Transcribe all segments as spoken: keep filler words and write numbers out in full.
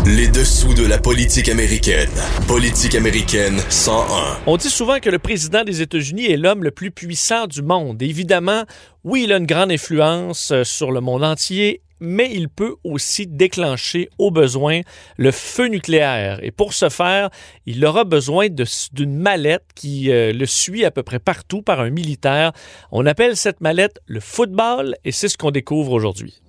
Les dessous de la politique américaine. Politique américaine cent un. On dit souvent que le président des États-Unis est l'homme le plus puissant du monde. Évidemment, oui, il a une grande influence sur le monde entier, mais il peut aussi déclencher au besoin le feu nucléaire. Et pour ce faire, il aura besoin de, d'une mallette qui euh, le suit à peu près partout par un militaire. On appelle cette mallette le football et c'est ce qu'on découvre aujourd'hui.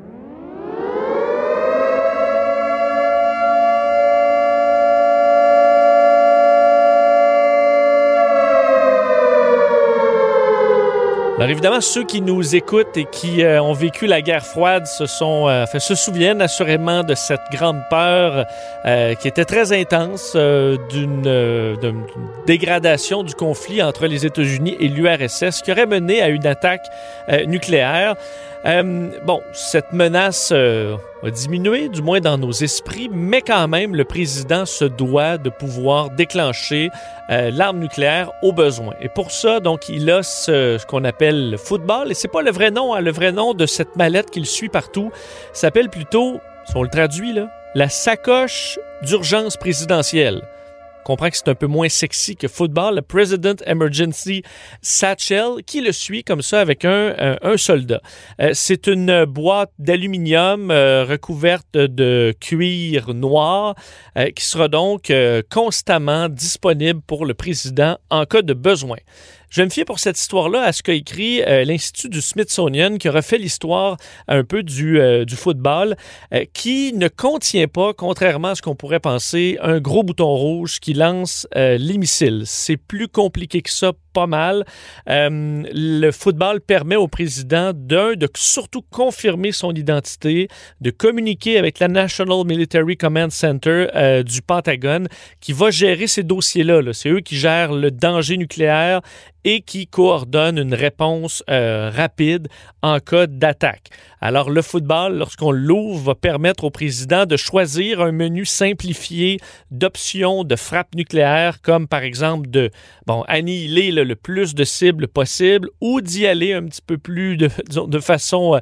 Alors évidemment, ceux qui nous écoutent et qui euh, ont vécu la guerre froide se, sont, euh, enfin, se souviennent assurément de cette grande peur euh, qui était très intense euh, d'une, euh, d'une dégradation du conflit entre les États-Unis et l'U R S S qui aurait mené à une attaque euh, nucléaire. Euh, bon, cette menace euh, a diminué, du moins dans nos esprits, mais quand même, le président se doit de pouvoir déclencher euh, l'arme nucléaire au besoin. Et pour ça, donc, il a ce, ce qu'on appelle le football, et c'est pas le vrai nom, hein, le vrai nom de cette mallette qu'il suit partout s'appelle plutôt, si on le traduit là, la sacoche d'urgence présidentielle. On comprend que c'est un peu moins sexy que football, le President Emergency Satchel, qui le suit comme ça avec un, un, un soldat. Euh, c'est une boîte d'aluminium euh, recouverte de cuir noir euh, qui sera donc euh, constamment disponible pour le président en cas de besoin. Je vais me fier pour cette histoire-là à ce qu'a écrit euh, l'Institut du Smithsonian qui a refait l'histoire un peu du, euh, du football euh, qui ne contient pas, contrairement à ce qu'on pourrait penser, un gros bouton rouge qui lance euh, les missiles. C'est plus compliqué que ça, pas mal. Euh, le football permet au président, d'un, de surtout confirmer son identité, de communiquer avec la National Military Command Center euh, du Pentagone qui va gérer ces dossiers-là. Là. C'est eux qui gèrent le danger nucléaire et qui coordonne une réponse euh, rapide en cas d'attaque. Alors, le football, lorsqu'on l'ouvre, va permettre au président de choisir un menu simplifié d'options de frappe nucléaire, comme par exemple de bon, annihiler là, le plus de cibles possible ou d'y aller un petit peu plus de, de façon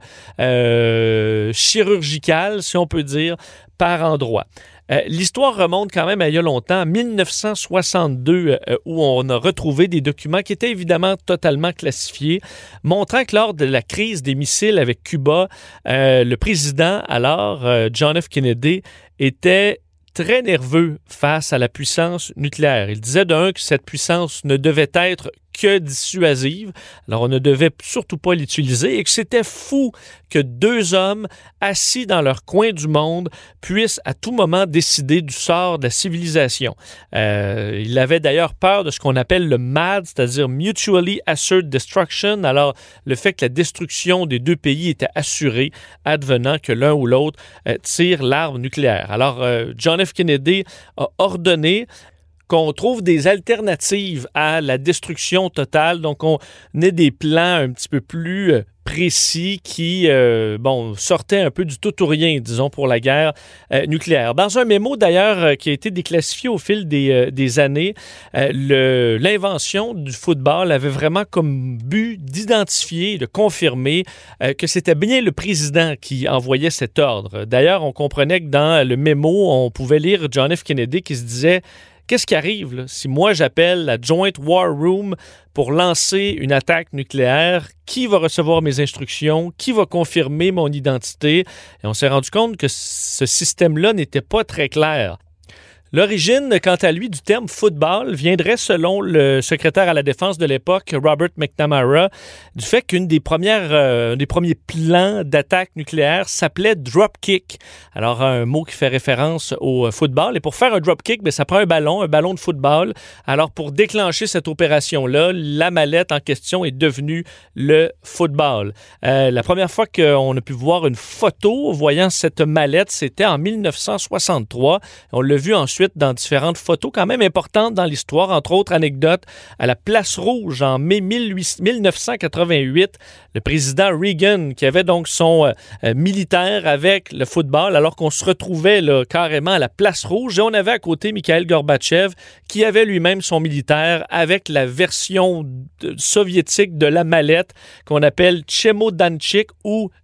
euh, chirurgicale, si on peut dire, par endroit. Euh, l'histoire remonte quand même à il y a longtemps, en dix-neuf cent soixante-deux, euh, où on a retrouvé des documents qui étaient évidemment totalement classifiés, montrant que lors de la crise des missiles avec Cuba, euh, le président alors, euh, John F. Kennedy, était très nerveux face à la puissance nucléaire. Il disait d'un que cette puissance ne devait être que dissuasive, alors on ne devait surtout pas l'utiliser et que c'était fou que deux hommes assis dans leur coin du monde puissent à tout moment décider du sort de la civilisation. Euh, il avait d'ailleurs peur de ce qu'on appelle le M A D, c'est-à-dire Mutually Assured Destruction, alors le fait que la destruction des deux pays était assurée advenant que l'un ou l'autre euh, tire l'arme nucléaire. Alors euh, John F. Kennedy a ordonné qu'on trouve des alternatives à la destruction totale. Donc, on ait des plans un petit peu plus euh, précis qui, euh, bon, sortaient un peu du tout ou rien, disons, pour la guerre euh, nucléaire. Dans un mémo, d'ailleurs, euh, qui a été déclassifié au fil des, euh, des années, euh, le, l'invention du football avait vraiment comme but d'identifier, de confirmer euh, que c'était bien le président qui envoyait cet ordre. D'ailleurs, on comprenait que dans le mémo, on pouvait lire John F. Kennedy qui se disait: qu'est-ce qui arrive là, si moi j'appelle la Joint War Room pour lancer une attaque nucléaire? Qui va recevoir mes instructions? Qui va confirmer mon identité? Et on s'est rendu compte que ce système-là n'était pas très clair. L'origine, quant à lui, du terme football viendrait, selon le secrétaire à la défense de l'époque, Robert McNamara, du fait qu'une des premières, euh, des premiers plans d'attaque nucléaire s'appelait dropkick. Alors, un mot qui fait référence au football. Et pour faire un dropkick, bien, ça prend un ballon, un ballon de football. Alors, pour déclencher cette opération-là, la mallette en question est devenue le football. Euh, la première fois qu'on a pu voir une photo voyant cette mallette, c'était en dix-neuf cent soixante-trois. On l'a vu ensuite dans différentes photos quand même importantes dans l'histoire, entre autres anecdotes à la Place Rouge en mai dix-neuf cent quatre-vingt-huit, le président Reagan qui avait donc son euh, militaire avec le football alors qu'on se retrouvait là, carrément à la Place Rouge et on avait à côté Mikhail Gorbatchev qui avait lui-même son militaire avec la version de, soviétique de la mallette qu'on appelle Tchemodanchik ou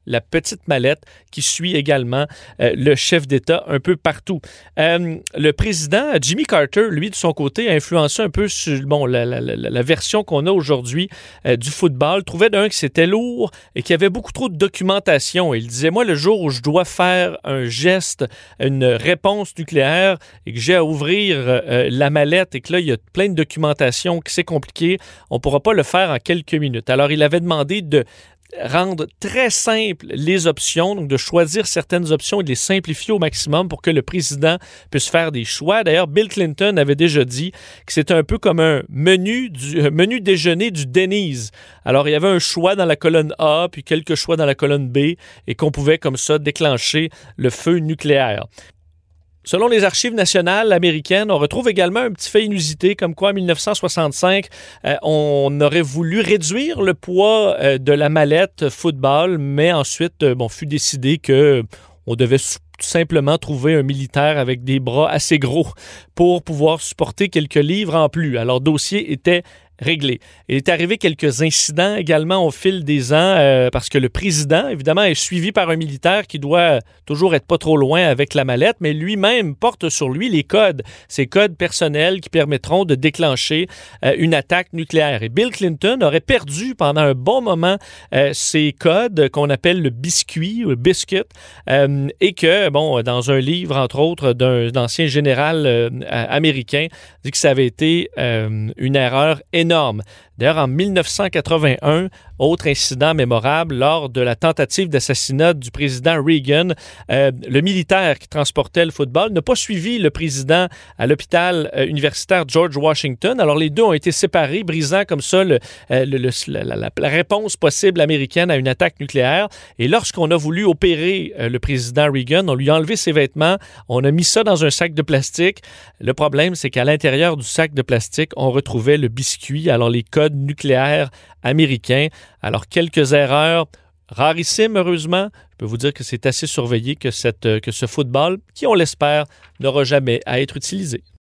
la petite mallette qui suit également euh, le chef d'État un peu partout. Euh, le président Jimmy Carter, lui, de son côté, a influencé un peu sur bon, la, la, la, la version qu'on a aujourd'hui euh, du football. Trouvait d'un que c'était lourd et qu'il y avait beaucoup trop de documentation. Il disait, moi, le jour où je dois faire un geste, une réponse nucléaire et que j'ai à ouvrir euh, la mallette et que là, il y a plein de documentation, que c'est compliqué, on ne pourra pas le faire en quelques minutes. Alors, il avait demandé de rendre très simple les options, donc de choisir certaines options et de les simplifier au maximum pour que le président puisse faire des choix. D'ailleurs, Bill Clinton avait déjà dit que c'était un peu comme un menu, du, un menu déjeuner du Denny's. Alors, il y avait un choix dans la colonne A, puis quelques choix dans la colonne B, et qu'on pouvait comme ça déclencher le feu nucléaire. Selon les archives nationales américaines, on retrouve également un petit fait inusité, comme quoi en dix-neuf cent soixante-cinq, euh, on aurait voulu réduire le poids euh, de la mallette football, mais ensuite, euh, bon, fut décidé que on devait tout simplement trouver un militaire avec des bras assez gros pour pouvoir supporter quelques livres en plus. Alors, le dossier était réglé. Il est arrivé quelques incidents également au fil des ans euh, parce que le président, évidemment, est suivi par un militaire qui doit toujours être pas trop loin avec la mallette, mais lui-même porte sur lui les codes, ces codes personnels qui permettront de déclencher euh, une attaque nucléaire. Et Bill Clinton aurait perdu pendant un bon moment euh, ces codes qu'on appelle le biscuit ou le biscuit euh, et que, bon, dans un livre, entre autres, d'un ancien général euh, américain, dit que ça avait été euh, une erreur énorme. D'ailleurs, en dix-neuf cent quatre-vingt-un, autre incident mémorable, lors de la tentative d'assassinat du président Reagan, euh, le militaire qui transportait le football n'a pas suivi le président à l'hôpital euh, universitaire George Washington. Alors, les deux ont été séparés, brisant comme ça le, euh, le, le, la, la, la réponse possible américaine à une attaque nucléaire. Et lorsqu'on a voulu opérer euh, le président Reagan, on lui a enlevé ses vêtements, on a mis ça dans un sac de plastique. Le problème, c'est qu'à l'intérieur du sac de plastique, on retrouvait le biscuit, alors les codes nucléaires américains. Alors, quelques erreurs rarissimes, heureusement. Je peux vous dire que c'est assez surveillé que, cette, que ce football, qui, on l'espère, n'aura jamais à être utilisé.